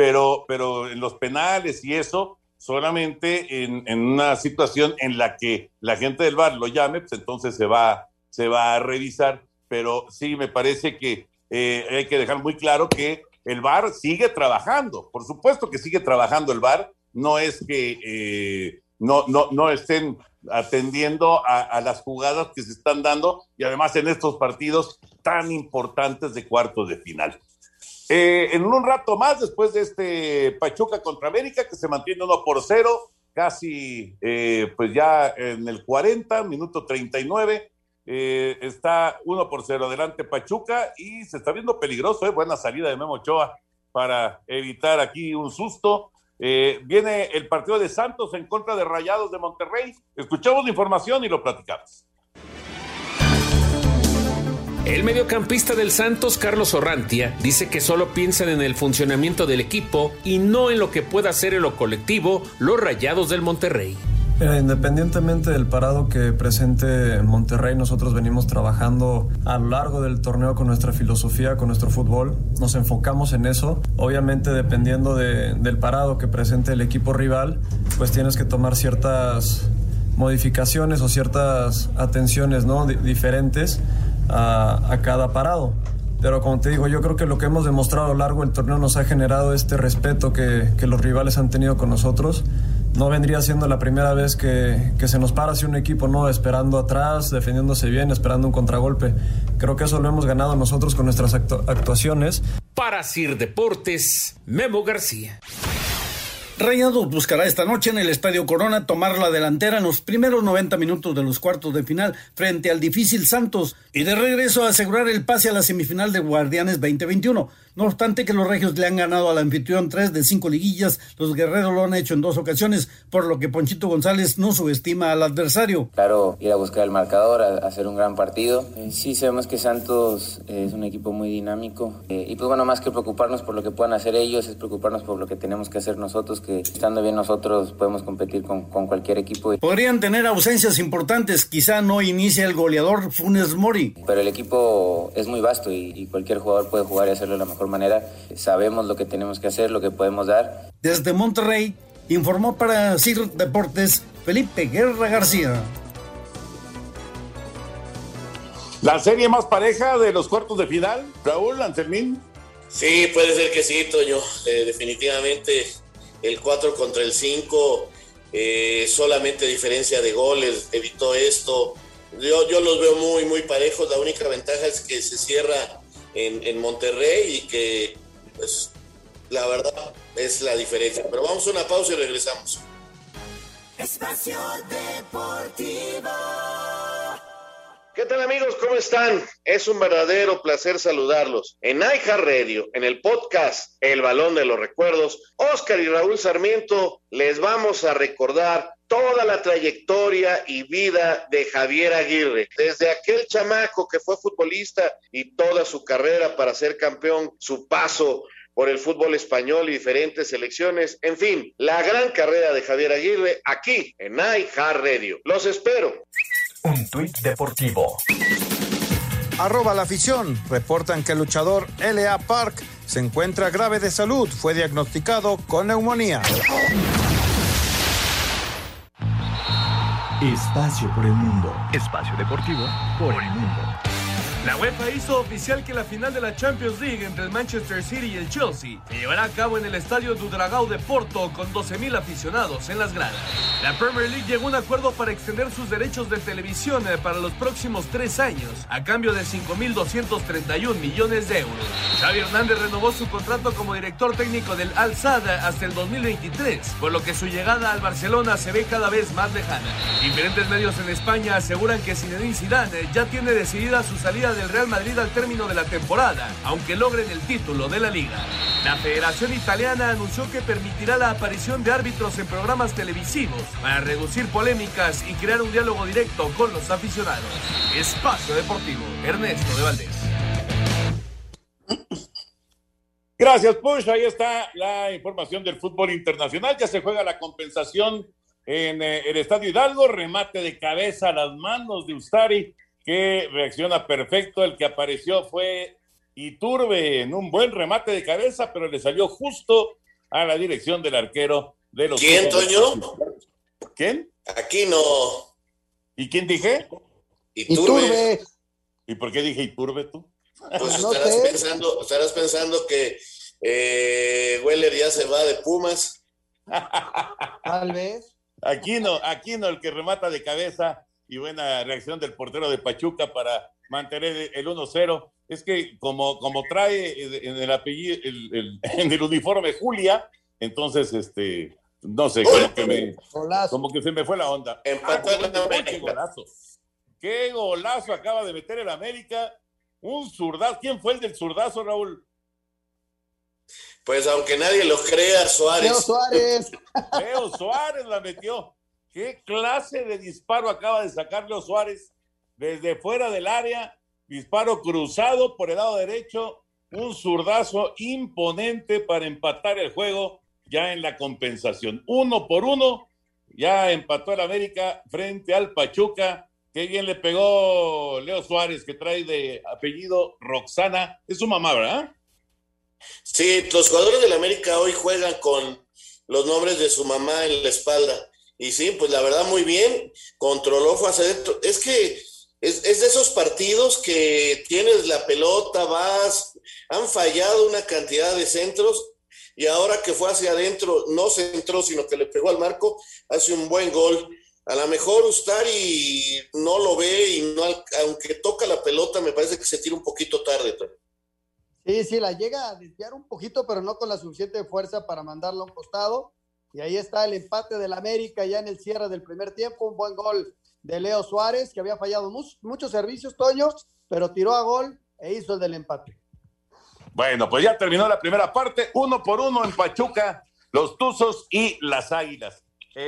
pero en los penales y eso, solamente en una situación en la que la gente del VAR lo llame, pues entonces se va a revisar, pero sí me parece que hay que dejar muy claro que el VAR sigue trabajando, por supuesto que sigue trabajando el VAR, no es que no estén atendiendo a las jugadas que se están dando, y además en estos partidos tan importantes de cuartos de final. En un rato más, después de este Pachuca contra América, que se mantiene 1-0, casi pues ya en el 40, minuto 39, está 1-0 adelante Pachuca, y se está viendo peligroso, buena salida de Memo Ochoa para evitar aquí un susto. Viene el partido de Santos en contra de Rayados de Monterrey. Escuchamos la información y lo platicamos. El mediocampista del Santos, Carlos Orrantia, dice que solo piensan en el funcionamiento del equipo y no en lo que pueda hacer en lo colectivo los Rayados del Monterrey. Independientemente del parado que presente Monterrey, nosotros venimos trabajando a lo largo del torneo con nuestra filosofía, con nuestro fútbol. Nos enfocamos en eso. Obviamente, dependiendo del parado que presente el equipo rival, pues tienes que tomar ciertas modificaciones o ciertas atenciones, ¿no? diferentes a cada parado. Pero como te digo, yo creo que lo que hemos demostrado a lo largo del torneo nos ha generado este respeto que los rivales han tenido con nosotros. No vendría siendo la primera vez que se nos para así un equipo, ¿no? Esperando atrás, defendiéndose bien, esperando un contragolpe. Creo que eso lo hemos ganado nosotros con nuestras actuaciones. Para Sir Deportes, Memo García. Rayados buscará esta noche en el Estadio Corona tomar la delantera en los primeros 90 minutos de los cuartos de final frente al difícil Santos y de regreso a asegurar el pase a la semifinal de Guardianes 2021. No obstante que los regios le han ganado al anfitrión 3 de 5 liguillas, los guerreros lo han hecho en 2 ocasiones, por lo que Ponchito González no subestima al adversario. Claro, ir a buscar el marcador, a hacer un gran partido. Sí, sabemos que Santos es un equipo muy dinámico y pues bueno, más que preocuparnos por lo que puedan hacer ellos, es preocuparnos por lo que tenemos que hacer nosotros, que estando bien nosotros podemos competir con cualquier equipo. Podrían tener ausencias importantes, quizá no inicie el goleador Funes Mori. Pero el equipo es muy vasto y cualquier jugador puede jugar y hacerlo de la mejor manera. Sabemos lo que tenemos que hacer, lo que podemos dar. Desde Monterrey, informó para Sir Deportes Felipe Guerra García. ¿La serie más pareja de los cuartos de final, Raúl, Anselmín? Sí, puede ser que sí, Toño. Definitivamente el 4 contra el 5, solamente diferencia de goles evitó esto. Yo los veo muy, muy parejos. La única ventaja es que se cierra en Monterrey y que, pues, la verdad es la diferencia. Pero vamos a una pausa y regresamos. Espacio Deportivo. ¿Qué tal, amigos? ¿Cómo están? Es un verdadero placer saludarlos. En iHeartRadio, en el podcast El Balón de los Recuerdos, Oscar y Raúl Sarmiento les vamos a recordar toda la trayectoria y vida de Javier Aguirre, desde aquel chamaco que fue futbolista y toda su carrera para ser campeón, su paso por el fútbol español y diferentes selecciones, en fin, la gran carrera de Javier Aguirre aquí en iHeartRadio. Los espero. Un tuit deportivo. @La afición. Reportan que el luchador L.A. Park se encuentra grave de salud. Fue diagnosticado con neumonía. Espacio por el mundo. Espacio deportivo por el mundo. La UEFA hizo oficial que la final de la Champions League entre el Manchester City y el Chelsea se llevará a cabo en el estadio do Dragão de Porto con 12,000 aficionados en las gradas. La Premier League llegó a un acuerdo para extender sus derechos de televisión para los próximos 3 años, a cambio de 5.231 millones de euros. Xavi Hernández renovó su contrato como director técnico del Al-Sadd hasta el 2023, por lo que su llegada al Barcelona se ve cada vez más lejana. Diferentes medios en España aseguran que Zinedine Zidane ya tiene decidida su salida del Real Madrid al término de la temporada, aunque logren el título de la Liga. La Federación Italiana anunció que permitirá la aparición de árbitros en programas televisivos para reducir polémicas y crear un diálogo directo con los aficionados. Espacio Deportivo, Ernesto de Valdés. Gracias, Push. Ahí está la información del fútbol internacional. Ya se juega la compensación en el Estadio Hidalgo. Remate de cabeza a las manos de Ustari, que reacciona perfecto. El que apareció fue Iturbe en un buen remate de cabeza, pero le salió justo a la dirección del arquero de los... ¿Quién, Toño? ¿Quién? Aquino. ¿Y quién dije? Iturbe. ¿Y por qué dije Iturbe tú? Pues estarás pensando que Weller ya se va de Pumas. Tal vez. Aquino, el que remata de cabeza, y buena reacción del portero de Pachuca para mantener el 1-0. Es que como trae en el apellido, en el uniforme Julia, entonces no sé, como que se me fue la onda. Empató en la América. Qué golazo acaba de meter el América. Un zurdazo. ¿Quién fue el del zurdazo, Raúl? Pues aunque nadie lo crea, Suárez. Leo Suárez la metió. ¿Qué clase de disparo acaba de sacar Leo Suárez? Desde fuera del área, disparo cruzado por el lado derecho, un zurdazo imponente para empatar el juego ya en la compensación. 1-1, ya empató el América frente al Pachuca. Qué bien le pegó Leo Suárez, que trae de apellido Roxana. Es su mamá, ¿verdad? Sí, los jugadores del América hoy juegan con los nombres de su mamá en la espalda. Y sí, pues la verdad muy bien, controló, fue hacia adentro. Es que es de esos partidos que tienes la pelota, han fallado una cantidad de centros y ahora que fue hacia adentro, no centró, sino que le pegó al marco, hace un buen gol. A lo mejor Ustari no lo ve y no, aunque toca la pelota, me parece que se tira un poquito tarde. Sí, la llega a desviar un poquito, pero no con la suficiente fuerza para mandarlo a un costado. Y ahí está el empate del América ya en el cierre del primer tiempo. Un buen gol de Leo Suárez, que había fallado muchos servicios, Toño, pero tiró a gol e hizo el del empate. Bueno, pues ya terminó la primera parte. 1-1 en Pachuca, los Tuzos y las Águilas.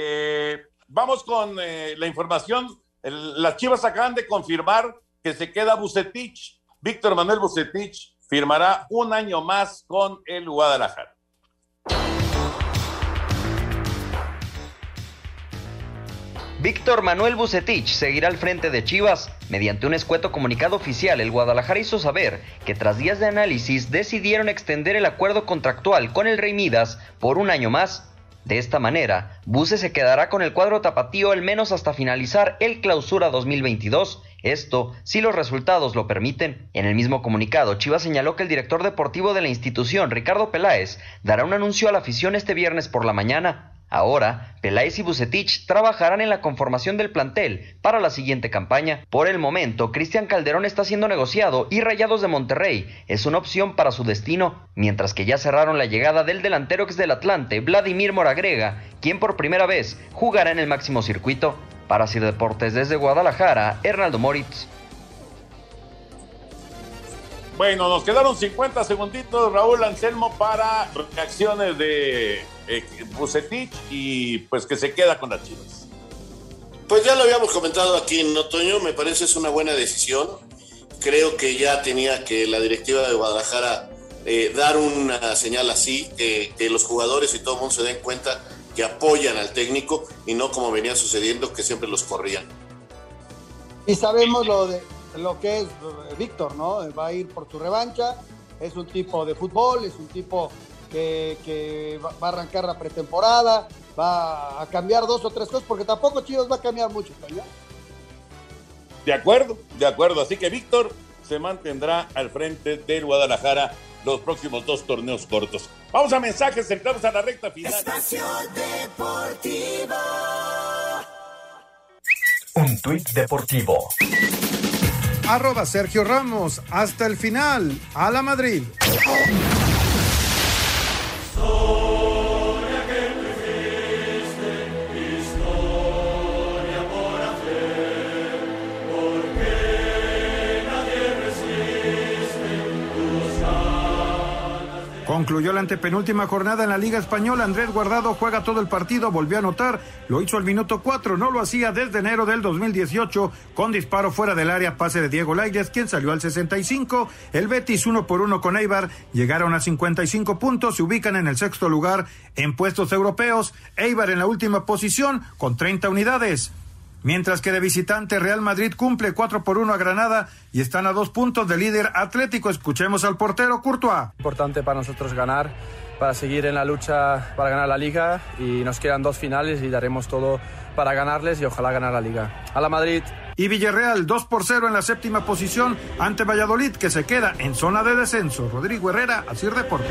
Vamos con la información. Las Chivas acaban de confirmar que se queda Vucetich. Víctor Manuel Vucetich firmará un año más con el Guadalajara. Víctor Manuel Vucetich seguirá al frente de Chivas. Mediante un escueto comunicado oficial, el Guadalajara hizo saber que tras días de análisis decidieron extender el acuerdo contractual con el Rey Midas por un año más. De esta manera, Buce se quedará con el cuadro tapatío al menos hasta finalizar el Clausura 2022. Esto, si los resultados lo permiten. En el mismo comunicado, Chivas señaló que el director deportivo de la institución, Ricardo Peláez, dará un anuncio a la afición este viernes por la mañana. Ahora, Peláez y Vucetich trabajarán en la conformación del plantel para la siguiente campaña. Por el momento, Cristian Calderón está siendo negociado y Rayados de Monterrey es una opción para su destino, mientras que ya cerraron la llegada del delantero ex del Atlante, Vladimir Moragrega, quien por primera vez jugará en el máximo circuito. Para Sir Deportes desde Guadalajara, Hernaldo Moritz. Bueno, nos quedaron 50 segunditos, Raúl Anselmo, para reacciones de Vucetich y pues que se queda con las Chivas. Pues ya lo habíamos comentado aquí, ¿no, Toño? Me parece es una buena decisión. Creo que ya tenía que la directiva de Guadalajara dar una señal así, que los jugadores y todo el mundo se den cuenta que apoyan al técnico y no como venía sucediendo, que siempre los corrían. Y sabemos lo que es Víctor, ¿no? Va a ir por su revancha, es un tipo de fútbol, es un tipo que va a arrancar la pretemporada, va a cambiar 2 o 3 cosas, porque tampoco Chivas va a cambiar mucho, ¿no? De acuerdo, así que Víctor se mantendrá al frente del Guadalajara los próximos 2 torneos cortos. Vamos a mensajes, entramos a la recta final. Espacio Deportivo. Un tuit deportivo. @Sergio Ramos, hasta el final, a la Madrid. Concluyó la antepenúltima jornada en la Liga Española. Andrés Guardado juega todo el partido, volvió a anotar, lo hizo al minuto 4, no lo hacía desde enero del 2018, con disparo fuera del área, pase de Diego Lainez, quien salió al 65. El Betis 1-1 con Eibar, llegaron a 55 puntos, se ubican en el 6º lugar en puestos europeos. Eibar en la última posición con 30 unidades. Mientras que de visitante Real Madrid cumple 4-1 a Granada y están a 2 puntos del líder Atlético. Escuchemos al portero Courtois. Importante para nosotros ganar, para seguir en la lucha para ganar la Liga, y nos quedan 2 finales y daremos todo para ganarles y ojalá ganar la Liga. ¡A la Madrid! Y Villarreal 2-0 en la 7ª posición ante Valladolid, que se queda en zona de descenso. Rodrigo Herrera, Asir Deportes.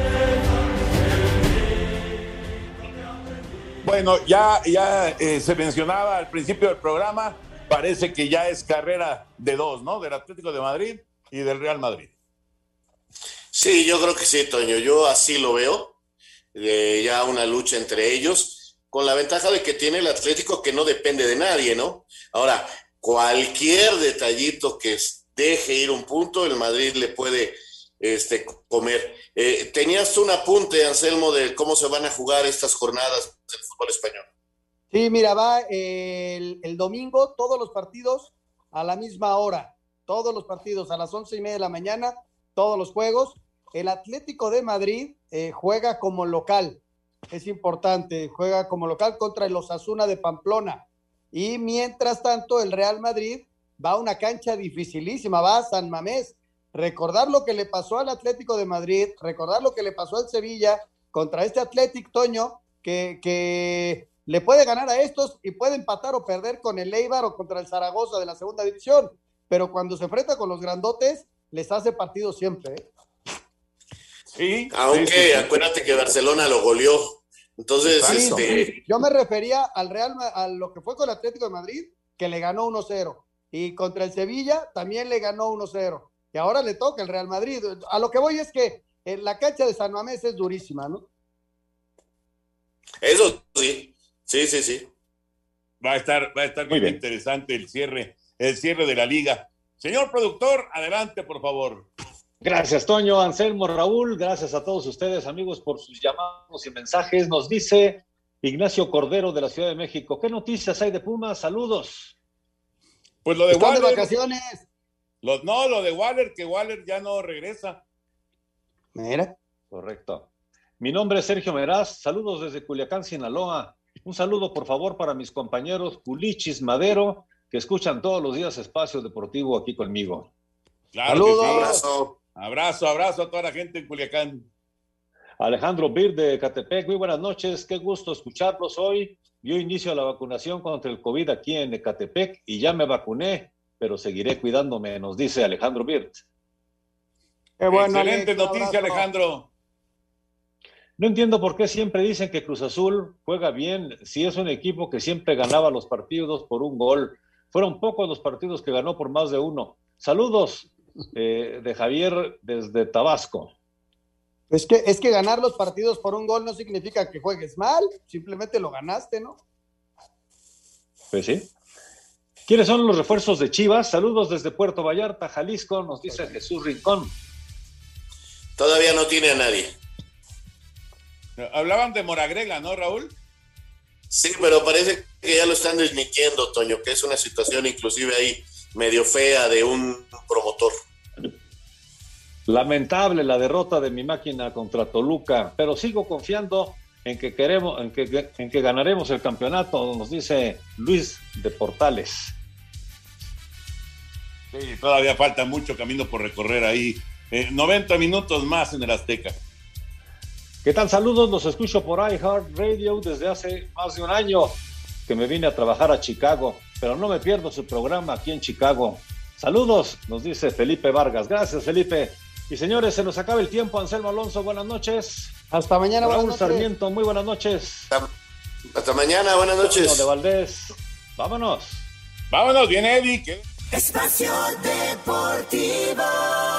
Bueno, ya se mencionaba al principio del programa, parece que ya es carrera de 2, ¿no? Del Atlético de Madrid y del Real Madrid. Sí, yo creo que sí, Toño, yo así lo veo, ya una lucha entre ellos, con la ventaja de que tiene el Atlético, que no depende de nadie, ¿no? Ahora, cualquier detallito que deje ir un punto, el Madrid le puede comer. Tenías tú un apunte, Anselmo, de cómo se van a jugar estas jornadas del fútbol español. Sí, mira, va el domingo, todos los partidos a la misma hora, todos los partidos a las 11:30 de la mañana, todos los juegos. El Atlético de Madrid juega como local, es importante, juega como local contra el Osasuna de Pamplona, y mientras tanto el Real Madrid va a una cancha dificilísima, va a San Mamés. Recordar lo que le pasó al Atlético de Madrid, recordar lo que le pasó al Sevilla contra este Atlético, Toño, que le puede ganar a estos y puede empatar o perder con el Eibar o contra el Zaragoza de la segunda división, pero cuando se enfrenta con los grandotes, les hace partido siempre, ¿eh? Sí. Aunque acuérdate que Barcelona lo goleó. Entonces, yo me refería a lo que fue con el Atlético de Madrid, que le ganó 1-0, y contra el Sevilla también le ganó 1-0. Y ahora le toca el Real Madrid. A lo que voy es que la cancha de San Mamés es durísima, ¿no? Eso sí. Sí. Va a estar muy interesante el cierre de la liga. Señor productor, adelante, por favor. Gracias, Toño, Anselmo, Raúl. Gracias a todos ustedes, amigos, por sus llamados y mensajes. Nos dice Ignacio Cordero de la Ciudad de México. ¿Qué noticias hay de Pumas? Saludos. Pues lo de Waller. ¿Están de vacaciones? Lo de Waller, que Waller ya no regresa. Mira. Correcto. Mi nombre es Sergio Meraz. Saludos desde Culiacán, Sinaloa. Un saludo, por favor, para mis compañeros Culichis Madero, que escuchan todos los días Espacio Deportivo aquí conmigo. Claro. Saludos. Abrazo a toda la gente en Culiacán. Alejandro Bir de Ecatepec, muy buenas noches, qué gusto escucharlos hoy. Dio inicio a la vacunación contra el COVID aquí en Ecatepec y ya me vacuné, pero seguiré cuidándome, nos dice Alejandro Birt. Excelente noticia, Alejandro. No entiendo por qué siempre dicen que Cruz Azul juega bien, si es un equipo que siempre ganaba los partidos por un gol. Fueron pocos los partidos que ganó por más de uno. Saludos de Javier desde Tabasco. Es que ganar los partidos por un gol no significa que juegues mal, simplemente lo ganaste, ¿no? Pues sí. ¿Quiénes son los refuerzos de Chivas? Saludos desde Puerto Vallarta, Jalisco, nos dice Jesús Rincón. Todavía no tiene a nadie. Hablaban de Moragrela, ¿no, Raúl? Sí, pero parece que ya lo están desmintiendo, Toño, que es una situación inclusive ahí medio fea de un promotor. Lamentable la derrota de mi máquina contra Toluca, pero sigo confiando en que ganaremos el campeonato, nos dice Luis de Portales. Sí, todavía falta mucho camino por recorrer ahí. 90 minutos más en el Azteca. ¿Qué tal? Saludos, los escucho por iHeartRadio desde hace más de un año que me vine a trabajar a Chicago, pero no me pierdo su programa aquí en Chicago. Saludos, nos dice Felipe Vargas. Gracias, Felipe. Y señores, se nos acaba el tiempo. Anselmo Alonso, buenas noches. Hasta mañana, Raúl buenas noches. Sarmiento, muy buenas noches. Hasta mañana, buenas noches. Antonio de Valdés, vámonos. Vámonos, viene Eddie. Espacio Deportivo.